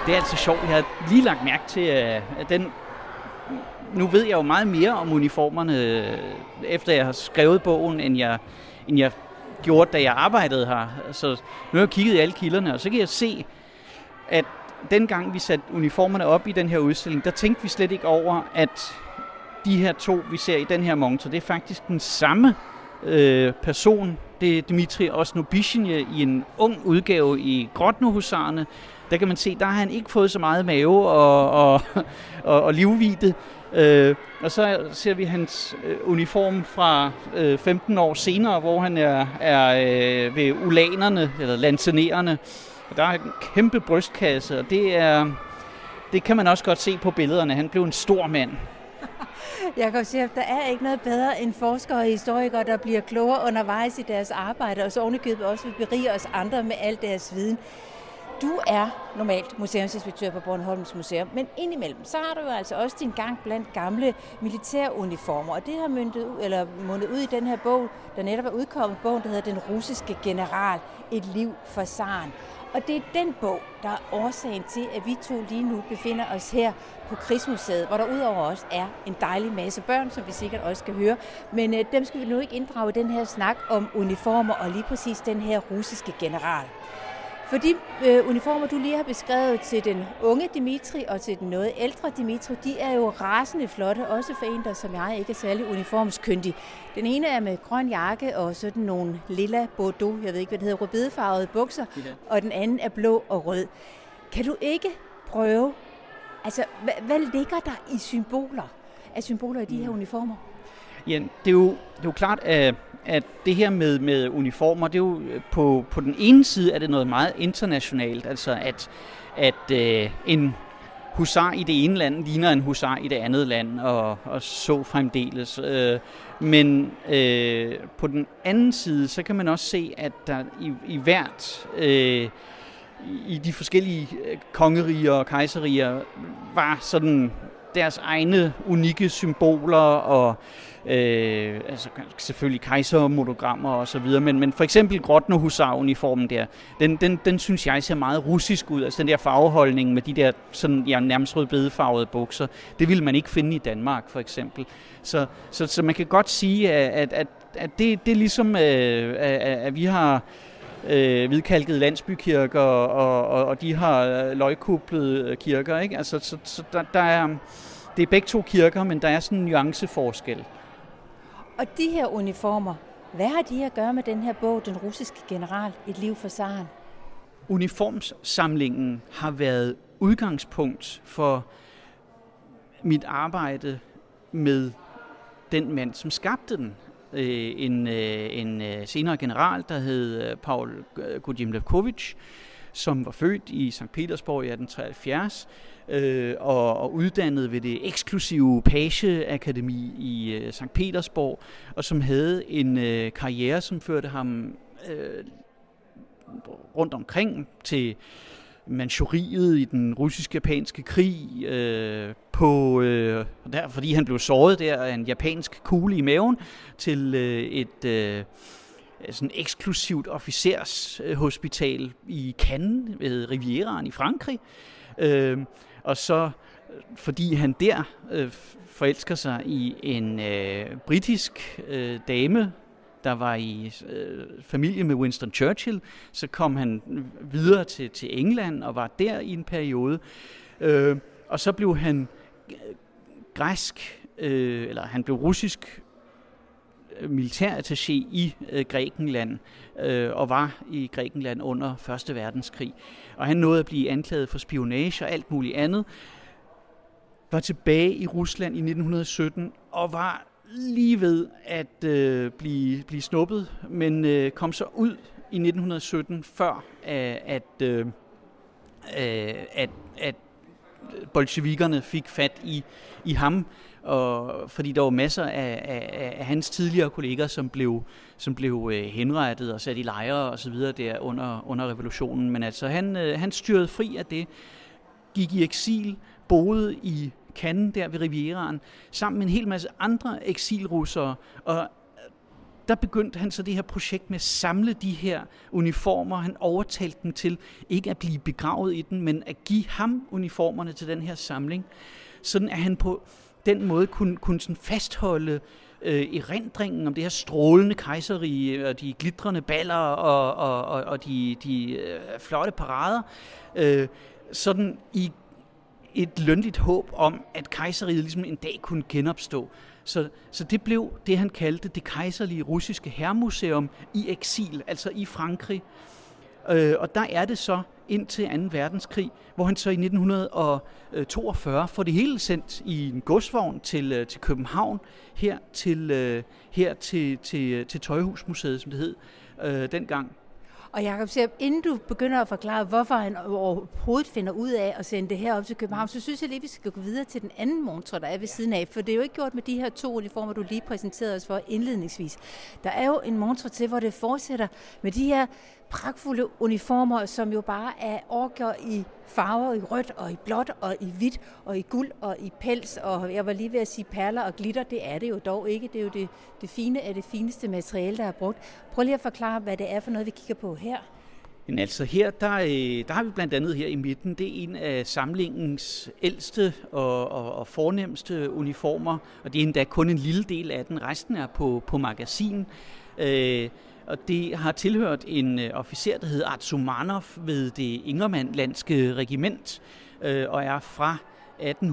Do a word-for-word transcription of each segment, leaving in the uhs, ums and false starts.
Det er altså sjovt. Jeg har lige lagt mærke til, at den... Nu ved jeg jo meget mere om uniformerne, efter jeg har skrevet bogen, end jeg, end jeg gjorde, da jeg arbejdede her. Så nu har jeg kigget i alle kilderne, og så kan jeg se, at dengang vi satte uniformerne op i den her udstilling, der tænkte vi slet ikke over, at de her to, vi ser i den her montre, det er faktisk den samme øh, person. Det er Dmitri Osnobysjny i en ung udgave i Grodno-husarerne. Der kan man se, der har han ikke fået så meget mave og, og, og, og livvide. Øh, og så ser vi hans øh, uniform fra øh, femten år senere, hvor han er, er øh, ved ulanerne, eller lancenererne. Og der er en kæmpe brystkasse, og det, er, det kan man også godt se på billederne. Han blev en stor mand. Jakob Schäfer, der er ikke noget bedre end forskere og historikere, der bliver klogere undervejs i deres arbejde, og så ovenikøbet også vil berige os andre med al deres viden. Du er normalt museumsinspektør på Bornholms Museum, men indimellem, så har du jo altså også din gang blandt gamle militæruniformer, og det har mundet ud, eller mundet ud i den her bog, der netop er udkommet, bogen, der hedder Den russiske general, et liv for zaren. Og det er den bog, der er årsagen til, at vi to lige nu befinder os her på Krigsmuseet, hvor der udover os er en dejlig masse børn, som vi sikkert også skal høre. Men øh, dem skal vi nu ikke inddrage i den her snak om uniformer og lige præcis den her russiske general. For de øh, uniformer, du lige har beskrevet til den unge Dmitri og til den noget ældre Dmitri, de er jo rasende flotte, også for en, der som jeg ikke er særlig uniformskyndig. Den ene er med grøn jakke og sådan nogle lilla bordeaux, jeg ved ikke, hvad det hedder, rødbedefarvede bukser, ja. Og den anden er blå og rød. Kan du ikke prøve, altså hvad, hvad ligger der i symboler, af symboler i de her uniformer? Ja, det er jo, det er jo klart, at, at det her med, med uniformer, det er jo på, på den ene side er det noget meget internationalt, altså at, at øh, en husar i det ene land ligner en husar i det andet land, og, og så fremdeles. Øh, men øh, på den anden side, så kan man også se, at der i, i hvert... Øh, i de forskellige kongeriger og kejserier var sådan deres egne unikke symboler og øh, altså selvfølgelig kejsermonogrammer og så videre, men, men for eksempel Grodno-husar-uniformen der, den, den, den synes jeg ser meget russisk ud, altså den der farveholdning med de der sådan, ja, nærmest rødbedefarvede bukser, det ville man ikke finde i Danmark for eksempel. Så, så, så man kan godt sige, at, at, at det, det er ligesom, øh, at, at vi har Øh, hvidkalkede landsbykirker, og, og, og de har løgkuplede kirker, ikke? Altså, så, så der, der er, det er begge to kirker, men der er sådan en nuanceforskel. Og de her uniformer, hvad har de at gøre med den her bog, Den russiske general, et liv for zaren? Uniformssamlingen har været udgangspunkt for mit arbejde med den mand, som skabte den. En, en senere general, der hed Paul Gudjim-Levkovitj, som var født i Sankt Petersborg i atten treoghalvfjerds øh, og, og uddannet ved det eksklusive Pageakademi i øh, Sankt Petersborg, og som havde en øh, karriere, som førte ham øh, rundt omkring til Manchuriet i den russisk-japanske krig, øh, på, øh, der, fordi han blev såret der af en japansk kugle i maven, til øh, et øh, sådan eksklusivt officershospital i Cannes ved Rivieraen i Frankrig. Øh, og så, fordi han der øh, forelsker sig i en øh, britisk øh, dame, der var i øh, familie med Winston Churchill, så kom han videre til, til England og var der i en periode. Øh, og så blev han græsk, øh, eller han blev russisk militærattaché i øh, Grækenland, øh, og var i Grækenland under første verdenskrig. Og han nåede at blive anklaget for spionage og alt muligt andet. Var tilbage i Rusland i nitten sytten og var lige ved at øh, blive, blive snuppet, men øh, kom så ud i nitten sytten, før øh, at, øh, at, at bolsjevikkerne fik fat i, i ham, og, fordi der var masser af, af, af hans tidligere kolleger, som blev, som blev øh, henrettet og sat i lejre og så videre der under, under revolutionen. Men altså, han, øh, han styrede fri af det, gik i eksil, boede i Cannes der ved Rivieraen, sammen med en hel masse andre eksilrussere, og der begyndte han så det her projekt med at samle de her uniformer. Han overtalte dem til ikke at blive begravet i den, men at give ham uniformerne til den her samling. Sådan at han på den måde kunne, kunne sådan fastholde øh, erindringen om det her strålende kejserrige, og de glitrende baller og, og, og, og de, de øh, flotte parader, øh, sådan i et lønligt håb om, at kejserriget ligesom en dag kunne genopstå. Så, så det blev det, han kaldte det kejserlige russiske hærmuseum i eksil, altså i Frankrig. Øh, og der er det så indtil anden verdenskrig, hvor han så i nitten toogfyrre får det hele sendt i en godsvogn til, til København, her til, her til, til, til Tøjhusmuseet, som det hed øh, dengang. Og Jakob Seerup, inden du begynder at forklare, hvorfor han overhovedet finder ud af at sende det her op til København, så synes jeg lige, vi skal gå videre til den anden montre, der er ved siden af. For det er jo ikke gjort med de her to uniformer, du lige præsenterede os for indledningsvis. Der er jo en montre til, hvor det fortsætter med de her pragtfulde uniformer, som jo bare er overgjort i farver, i rødt og i blåt og i hvidt og i guld og i pels. Og jeg var lige ved at sige perler og glitter, det er det jo dog ikke. Det er jo det, det fine af det fineste materiale, der er brugt. Prøv lige at forklare, hvad det er for noget, vi kigger på her. Men altså her, der, der har vi blandt andet her i midten, det er en af samlingens ældste og, og, og fornemste uniformer, og det er endda kun en lille del af den. Resten er på, på magasin. Øh, Og det har tilhørt en officer, der hedder Artsumanov ved det Ingermanlandske regiment, øh, og er fra atten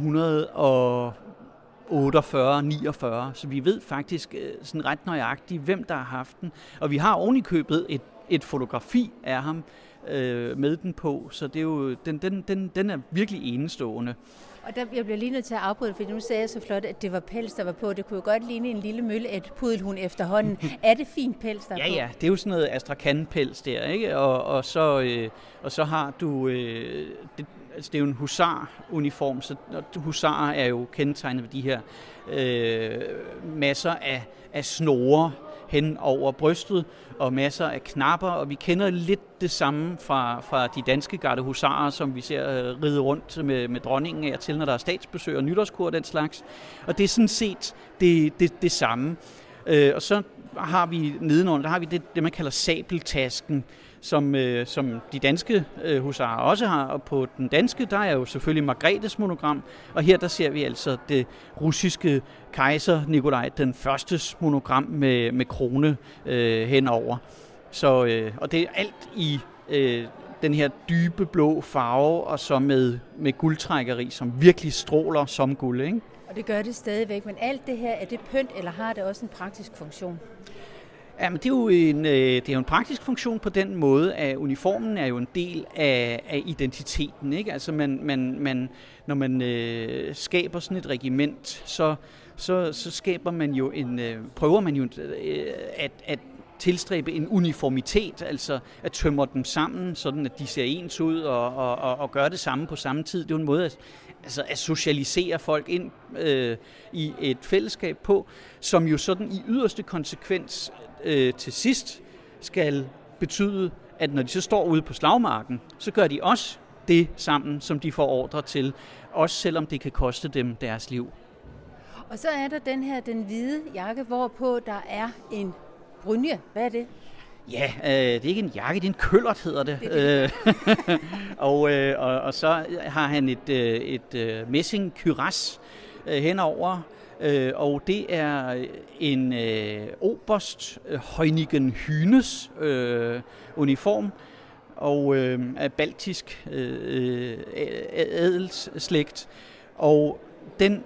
otteogfyrre niogfyrre. Så vi ved faktisk øh, sådan ret nøjagtigt, hvem der har haft den. Og vi har oven i købet et, et fotografi af ham øh, med den på, så det er jo, den, den, den, den er virkelig enestående. Og der, jeg bliver lige nødt til at afbryde, fordi nu sagde jeg så flot, at det var pels, der var på. Det kunne jo godt ligne en lille mølle af et pudelhund efterhånden. Er det fint pels, der er ja, på? Ja, det er jo sådan noget Astrakhan-pels der, ikke? Og, og, så, øh, og så har du... Øh, det, altså det er jo en husar-uniform, så husarer er jo kendetegnet ved de her øh, masser af, af snore hen over brystet og masser af knapper, og vi kender lidt det samme fra, fra de danske gardehusarer, som vi ser uh, ride rundt med, med dronningen af til, når der er statsbesøg og nytårskur og den slags. Og det er sådan set det, det, det samme. Uh, og så har vi nedenunder, der har vi det, det man kalder sabeltasken, som, øh, som de danske øh, husarer også har, og på den danske, der er jo selvfølgelig Margrethes monogram, og her der ser vi altså det russiske kejser Nikolaj den Førstes monogram med, med krone øh, henover. Så, øh, og det er alt i øh, den her dybe blå farve, og så med, med guldtrækkeri, som virkelig stråler som guld, ikke? Og det gør det stadigvæk, men alt det her, er det pynt, eller har det også en praktisk funktion? Ja, men det er jo en, det er jo en praktisk funktion på den måde, at uniformen er jo en del af, af identiteten, ikke? Altså man, man, man, når man øh, skaber sådan et regiment, så, så, så skaber man jo en, øh, prøver man jo øh, at, at tilstræbe en uniformitet, altså at tømre dem sammen, sådan at de ser ens ud og, og, og, og gør det samme på samme tid. Det er jo en måde at, altså at socialisere folk ind øh, i et fællesskab på, som jo sådan i yderste konsekvens øh, til sidst skal betyde, at når de så står ude på slagmarken, så gør de også det sammen, som de får ordre til, også selvom det kan koste dem deres liv. Og så er der den her, den hvide jakke, hvorpå der er en brynje. Hvad er det? Ja, øh, det er ikke en jakke, det er en køllert, hedder det. det, det. og, øh, og, og så har han et, øh, et øh, messing kyras øh, henover, øh, og det er en øh, oberst øh, Heunigen Hynes øh, uniform, og øh, af baltisk øh, adelsslægt, og den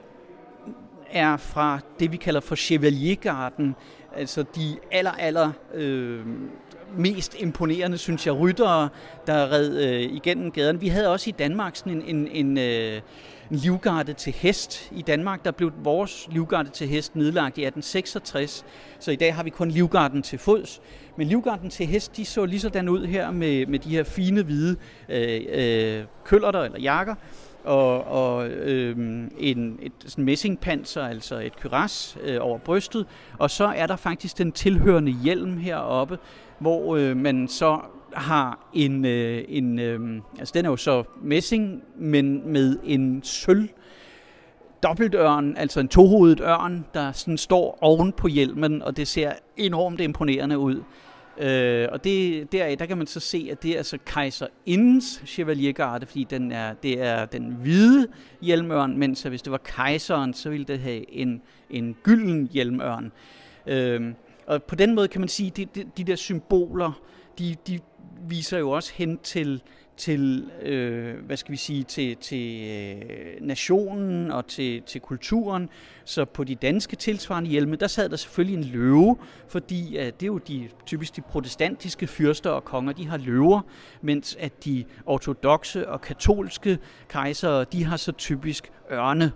er fra det, vi kalder for Chevaliergarden, altså de aller, aller øh, mest imponerende, synes jeg, ryttere, der red øh, igennem gaden. Vi havde også i Danmark sådan en, en, en, øh, en livgarde til hest. I Danmark, der blev vores livgarde til hest nedlagt i atten seksogtres, så i dag har vi kun livgarden til fods. Men livgarden til hest, de så lige sådan ud her med, med de her fine, hvide øh, øh, køllerter eller jakker, og, og øh, en, et sådan messingpanser, altså et kyras øh, over brystet, og så er der faktisk den tilhørende hjelm heroppe, hvor øh, man så har en, øh, en øh, altså den er jo så messing, men med en sølv dobbeltørn, altså en tohovedet ørn, der sådan står oven på hjelmen, og det ser enormt imponerende ud. Øh, og det, deraf, der kan man så se, at det er altså kejserindens chevaliergarde, fordi den er, det er den hvide hjelmørn, mens hvis det var kejseren, så ville det have en, en gylden hjelmørn. Øh, og på den måde kan man sige, at de, de, de der symboler, de, de viser jo også hen til til øh, hvad skal vi sige til til øh, nationen og til til kulturen. Så på de danske tilsvarende hjelme, der sad der selvfølgelig en løve, fordi at det er jo de typisk de protestantiske fyrster og konger, de har løver, mens at de ortodokse og katolske kejsere, de har så typisk ørne.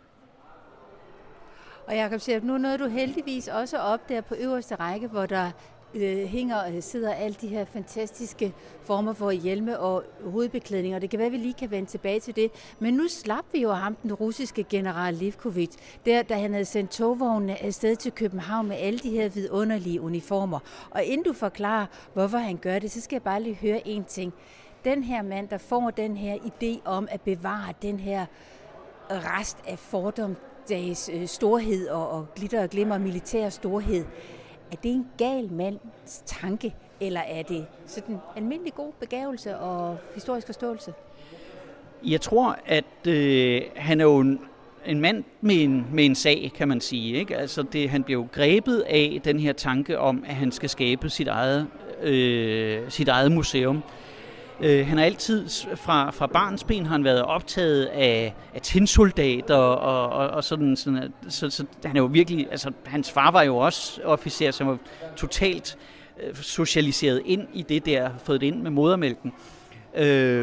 Og Jakob Seerup, nu nåede du heldigvis også op der på øverste række, hvor der øh, hænger og sidder alle de her fantastiske former for hjelme og hovedbeklædninger. Det kan være, at vi lige kan vende tilbage til det. Men nu slap vi jo ham, den russiske general Levkovitj, der da han havde sendt togvognene afsted til København med alle de her vidunderlige uniformer. Og inden du forklarer, hvorfor han gør det, så skal jeg bare lige høre en ting. Den her mand, der får den her idé om at bevare den her rest af fordomsdags storhed og, og glitter og glimmer militær storhed, er det en gal mands tanke, eller er det sådan en almindelig god begavelse og historisk forståelse? Jeg tror, at øh, han er jo en, en mand med en, med en sag, kan man sige. Ikke? Altså det, han blev grebet af den her tanke om, at han skal skabe sit eget, øh, sit eget museum. Øh, han har altid, fra, fra barnsben har han været optaget af, af tinsoldater, og, og, og sådan, sådan så, så han er jo virkelig, altså hans far var jo også officer, som var totalt øh, socialiseret ind i det der, fået det ind med modermælken. Øh,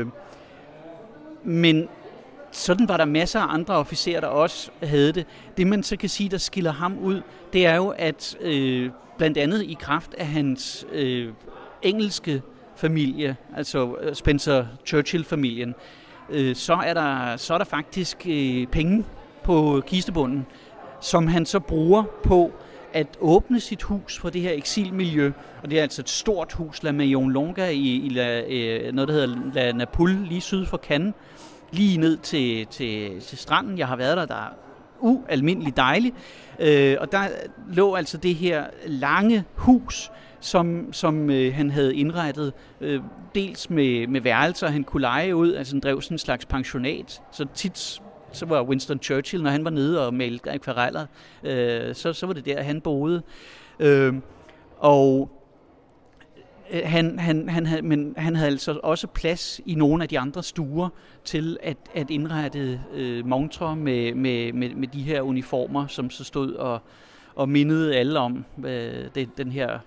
men sådan var der masser af andre officerer, der også havde det. Det man så kan sige, der skiller ham ud, det er jo, at øh, blandt andet i kraft af hans øh, engelske familie, altså Spencer Churchill-familien, øh, så, er der, så er der faktisk øh, penge på kistebunden, som han så bruger på at åbne sit hus for det her eksilmiljø. Og det er altså et stort hus, La Maison Longa, i, i la, øh, noget, der hedder La Napoule, lige syd for Cannes, lige ned til, til, til stranden. Jeg har været der, der er ualmindeligt dejligt. Øh, og der lå altså det her lange hus, som, som øh, han havde indrettet, øh, dels med, med værelser, han kunne leje ud, altså han drev sådan en slags pensionat, så tit så var Winston Churchill, når han var nede og malte akvareller, øh, så, så var det der, han boede. Øh, og øh, han, han, han havde, men han havde altså også plads i nogle af de andre stuer til at, at indrette øh, montrer med, med, med, med de her uniformer, som så stod og, og mindede alle om øh, det, den her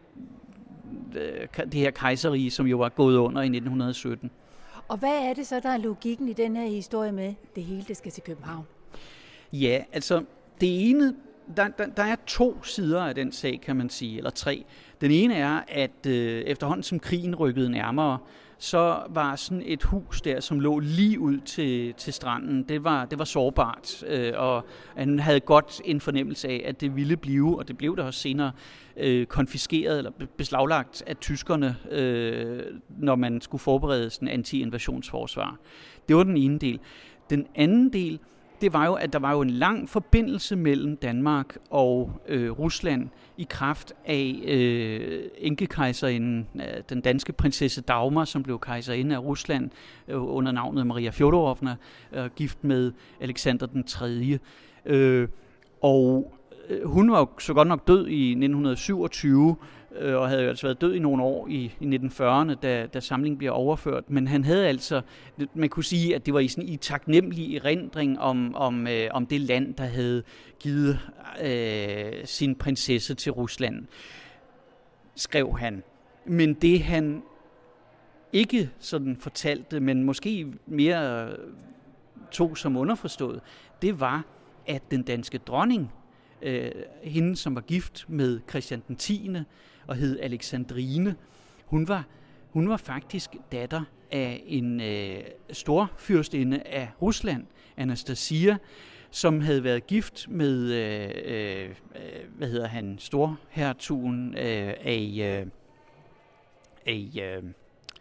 det her kejserrige, som jo var gået under i nitten sytten. Og hvad er det så, der er logikken i den her historie med, det hele det skal til København? Ja, altså det ene, der, der, der er to sider af den sag, kan man sige, eller tre. Den ene er, at øh, efterhånden som krigen rykkede nærmere, så var sådan et hus der, som lå lige ud til, til stranden, det var, det var sårbart, øh, og han havde godt en fornemmelse af, at det ville blive, og det blev der også senere, øh, konfiskeret eller beslaglagt af tyskerne, øh, når man skulle forberede sådan anti-invasionsforsvar. Det var den ene del. Den anden del, det var jo, at der var jo en lang forbindelse mellem Danmark og øh, Rusland i kraft af øh, enkekejserinden, øh, den danske prinsesse Dagmar, som blev kejserinde af Rusland øh, under navnet Maria Fjodorovna, øh, gift med Alexander den tredje. Øh, og øh, hun var jo så godt nok død i nitten syvogtyve, og havde jo altså været død i nogle år i, i nitten fyrrerne, da, da samlingen bliver overført. Men han havde altså, man kunne sige, at det var i sådan i taknemmelig erindring om, om, øh, om det land, der havde givet øh, sin prinsesse til Rusland, skrev han. Men det han ikke sådan fortalte, men måske mere tog som underforstået, det var, at den danske dronning, øh, hende som var gift med Christian den tiende, og hed Alexandrine. Hun var, hun var faktisk datter af en øh, storfyrstinde af Rusland, Anastasia, som havde været gift med, øh, øh, hvad hedder han, storhertugen øh, af, øh, af øh,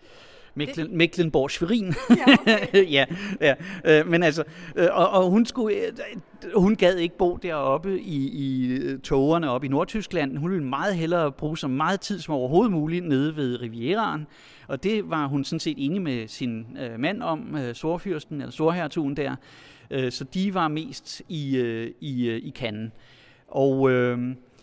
Mecklen, Mecklenborg-Schwerin. Ja, okay. ja, ja. Øh, men altså, øh, og, og hun skulle, øh, hun gad ikke bo deroppe i, i togerne oppe i Nordtyskland. Hun ville meget hellere bruge så meget tid som overhovedet muligt nede ved Rivieraen. Og det var hun sådan set enig med sin øh, mand om, øh, storfyrsten eller storhertugen der. Øh, så de var mest i, øh, i, øh, i Cannes. Og øh,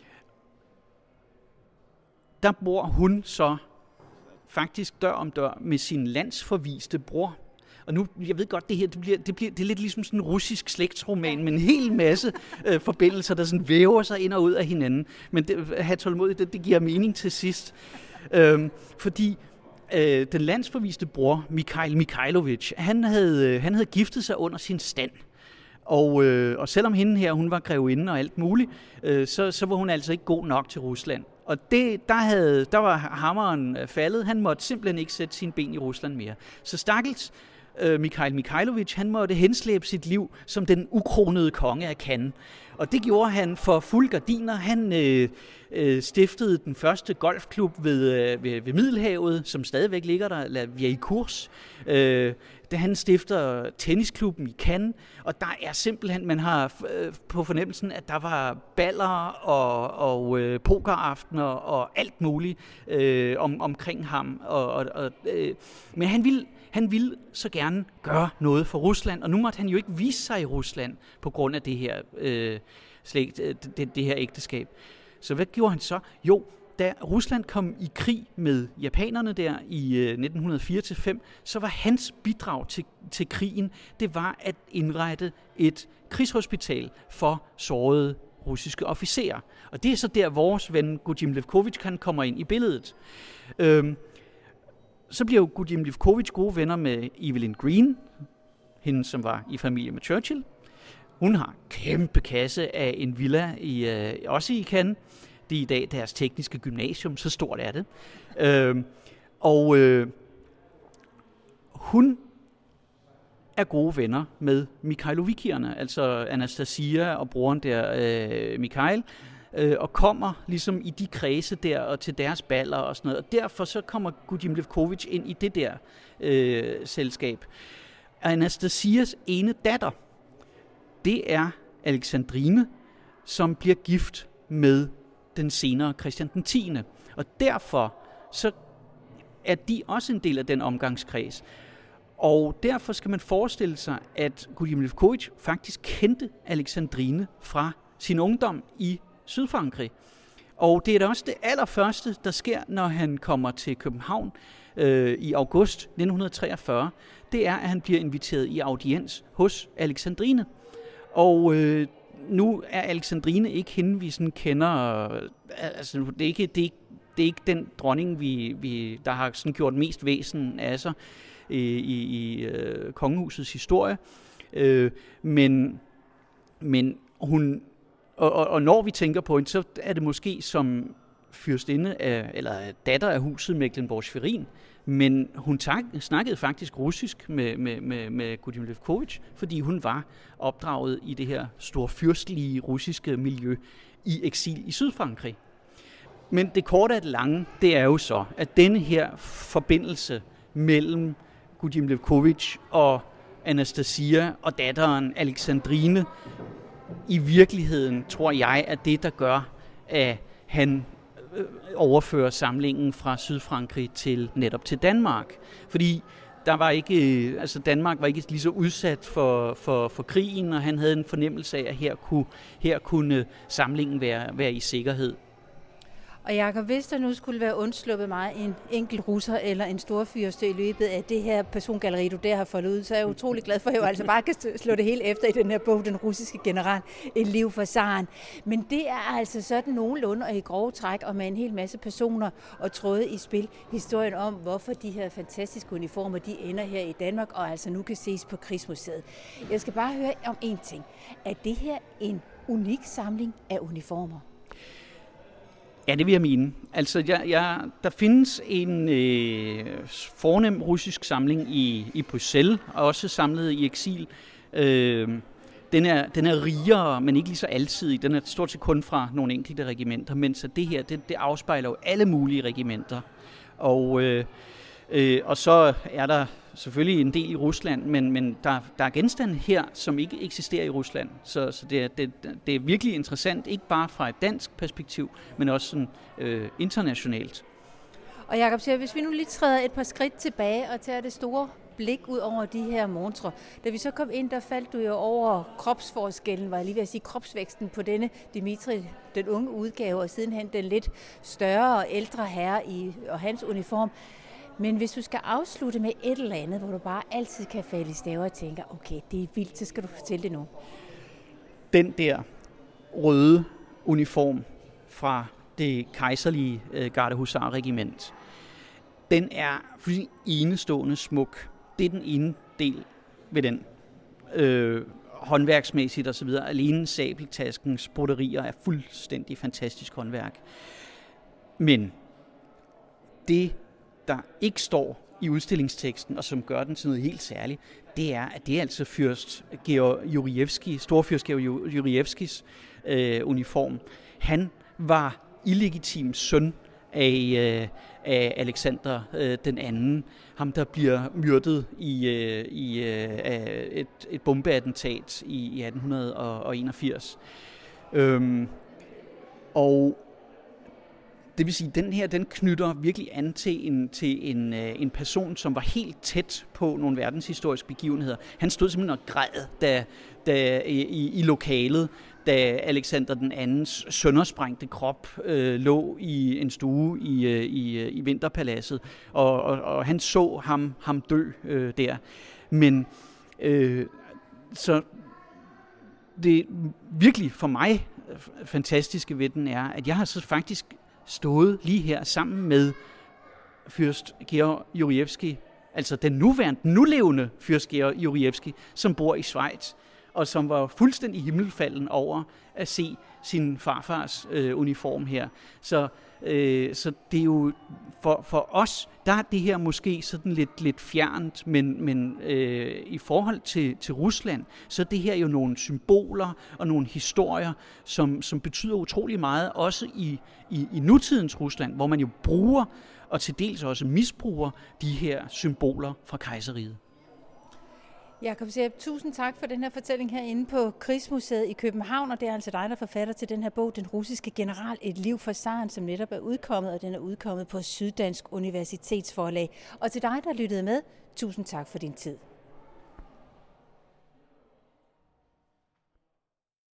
der bor hun så faktisk dør om dør med sin landsforviste bror. Og nu, jeg ved godt, det her, det bliver, det bliver, det er lidt ligesom sådan en russisk slægtsroman, med en hel masse øh, forbindelser, der sådan væver sig ind og ud af hinanden. Men det, at have tålmodighed, det, det giver mening til sidst. Øhm, fordi øh, den landsforviste bror, Mikhail Mikhailovich, han havde, øh, han havde giftet sig under sin stand. Og, øh, og selvom hende her, hun var grevinde og alt muligt, øh, så, så var hun altså ikke god nok til Rusland. Og det, der, havde, der var hammeren faldet. Han måtte simpelthen ikke sætte sine ben i Rusland mere. Så stakkels øh, Mikhail Mikhailovich, han måtte henslæbe sit liv som den ukronede konge af Cannes. Og det gjorde han for fuld gardiner. Han øh, øh, stiftede den første golfklub ved, øh, ved, ved Middelhavet, som stadigvæk ligger der, La Vieille Course. Øh, da han stifter tennisklubben i Cannes, og der er simpelthen, man har øh, på fornemmelsen, at der var baller og, og øh, pokeraftener og alt muligt øh, om, omkring ham. Og, og, og, øh, men han ville, han ville så gerne gøre noget for Rusland, og nu måtte han jo ikke vise sig i Rusland på grund af det her, øh, slægt, det, det her ægteskab. Så hvad gjorde han så? Jo, da Rusland kom i krig med japanerne der i nitten fire til fem, så var hans bidrag til, til krigen, det var at indrette et krigshospital for sårede russiske officerer. Og det er så der, vores ven Gudjim Levkovich kan komme ind i billedet. Øhm, så bliver jo Gudjim Levkovich gode venner med Evelyn Green, hende som var i familie med Churchill. Hun har kæmpe kasse af en villa, i, øh, også i Cannes. Det er i dag deres tekniske gymnasium, så stort er det. Øh, og øh, hun er gode venner med Mikhailovikierne, altså Anastasia og broren der, øh, Mikhail, øh, og kommer ligesom i de kredse der og til deres baller og sådan noget. Og derfor så kommer Gudjim Levkovich ind i det der øh, selskab. Anastasias ene datter, det er Alexandrine, som bliver gift med den senere Christian den tiende. Og derfor så er de også en del af den omgangskreds. Og derfor skal man forestille sig, at Gudjim Levkovich faktisk kendte Alexandrine fra sin ungdom i Sydfrankrig. Og det er da også det allerførste, der sker, når han kommer til København øh, i august nitten treogfyrre. Det er, at han bliver inviteret i audiens hos Alexandrine. Og øh, nu er Alexandrine ikke hende, vi sådan kender. Altså, det er ikke, det er, det er ikke den dronning, vi, vi, der har sådan gjort mest væsen af sig i, i, i øh, kongehusets historie. Øh, men, men hun, og, og, og når vi tænker på hende, så er det måske som fyrstinde af, eller datter af huset Mecklenborg-Schwerin. Men hun tak, snakkede faktisk russisk med, med, med, med Gudjim Levkovich, fordi hun var opdraget i det her storfyrstlige russiske miljø i eksil i Sydfrankrig. Men det korte af det lange, det er jo så, at denne her forbindelse mellem Gudjim Levkovich og Anastasia og datteren Alexandrine, i virkeligheden, tror jeg, er det, der gør, at han overfører samlingen fra Sydfrankrig til netop til Danmark. Fordi der var ikke, altså Danmark var ikke lige så udsat for, for, for krigen, og han havde en fornemmelse af, at her kunne, her kunne samlingen være, være i sikkerhed. Og Jakob, hvis der nu skulle være undsluppet mig en enkelt russer eller en storfyrste i løbet af det her persongalleri, du der har foldet ud, så er jeg utrolig glad for, at jeg jo altså bare kan slå det hele efter i den her bog, Den russiske general, Et liv for zaren. Men det er altså sådan nogenlunde og i grove træk, og med en hel masse personer og tråde i spil, historien om, hvorfor de her fantastiske uniformer, de ender her i Danmark, og altså nu kan ses på Krigsmuseet. Jeg skal bare høre om en ting. Er det her en unik samling af uniformer? Ja, det vil jeg mene. Altså, jeg, jeg, der findes en øh, fornem russisk samling i, i Bruxelles, også samlet i eksil. Øh, den, er, den er rigere, men ikke lige så alsidig. Den er stort set kun fra nogle enkelte regimenter, mens det her, det, det afspejler jo alle mulige regimenter. Og, øh, Øh, og så er der selvfølgelig en del i Rusland, men, men der, der er genstande her, som ikke eksisterer i Rusland. Så, så det, er, det, det er virkelig interessant, ikke bare fra et dansk perspektiv, men også sådan, øh, internationalt. Og Jakob siger, hvis vi nu lige træder et par skridt tilbage og tager det store blik ud over de her montrer. Da vi så kom ind, der faldt du jo over kropsforskellen, var jeg lige ved at sige, kropsvæksten på denne Dimitri, den unge udgave, og sidenhen den lidt større og ældre herre i og hans uniform. Men hvis du skal afslutte med et eller andet, hvor du bare altid kan falde i staver og tænker, okay, det er vildt, så skal du fortælle det nu. Den der røde uniform fra det kejserlige øh, gardehusarregiment, den er fuldstændig enestående smuk. Det er den ene del ved den. Øh, håndværksmæssigt og så videre. Alene sabeltaskens broderier er fuldstændig fantastisk håndværk. Men det, der ikke står i udstillingsteksten, og som gør den til noget helt særligt, det er, at det er altså fyrst Georg Jurjevskij, storfyrst Georg Jurjevskijs øh, uniform. Han var illegitim søn af, øh, af Alexander øh, den anden, ham der bliver myrdet i, øh, i øh, et, et bombeattentat i, i atten enogfirs. Øhm, og det vil sige, at den her, den knytter virkelig an til en, til en, øh, en person, som var helt tæt på nogle verdenshistoriske begivenheder. Han stod simpelthen og græd da, da, i, i lokalet, da Alexander den andens søndersprængte krop øh, lå i en stue i, i, i Vinterpaladset, og, og, og han så ham, ham dø øh, der. Men øh, så det virkelig for mig fantastiske ved den er, at jeg har så faktisk stået lige her sammen med fyrst Georg Jurjevskij, altså den nuværende, nulevende fyrst Georg Jurjevskij, som bor i Schweiz, og som var fuldstændig himmelfalden over at se sin farfars øh, uniform her. Så, øh, så det er jo for, for os, der er det her måske sådan lidt, lidt fjernt, men, men øh, i forhold til, til Rusland, så er det her jo nogle symboler og nogle historier, som, som betyder utrolig meget, også i, i, i nutidens Rusland, hvor man jo bruger og til dels også misbruger de her symboler fra kejseriet. Jakob Seerup, tusind tak for den her fortælling herinde på Krigsmuseet i København, og det er altså dig, der forfatter til den her bog, Den russiske general, et liv for zaren, som netop er udkommet, og den er udkommet på Syddansk Universitetsforlag. Og til dig, der lyttede med, tusind tak for din tid.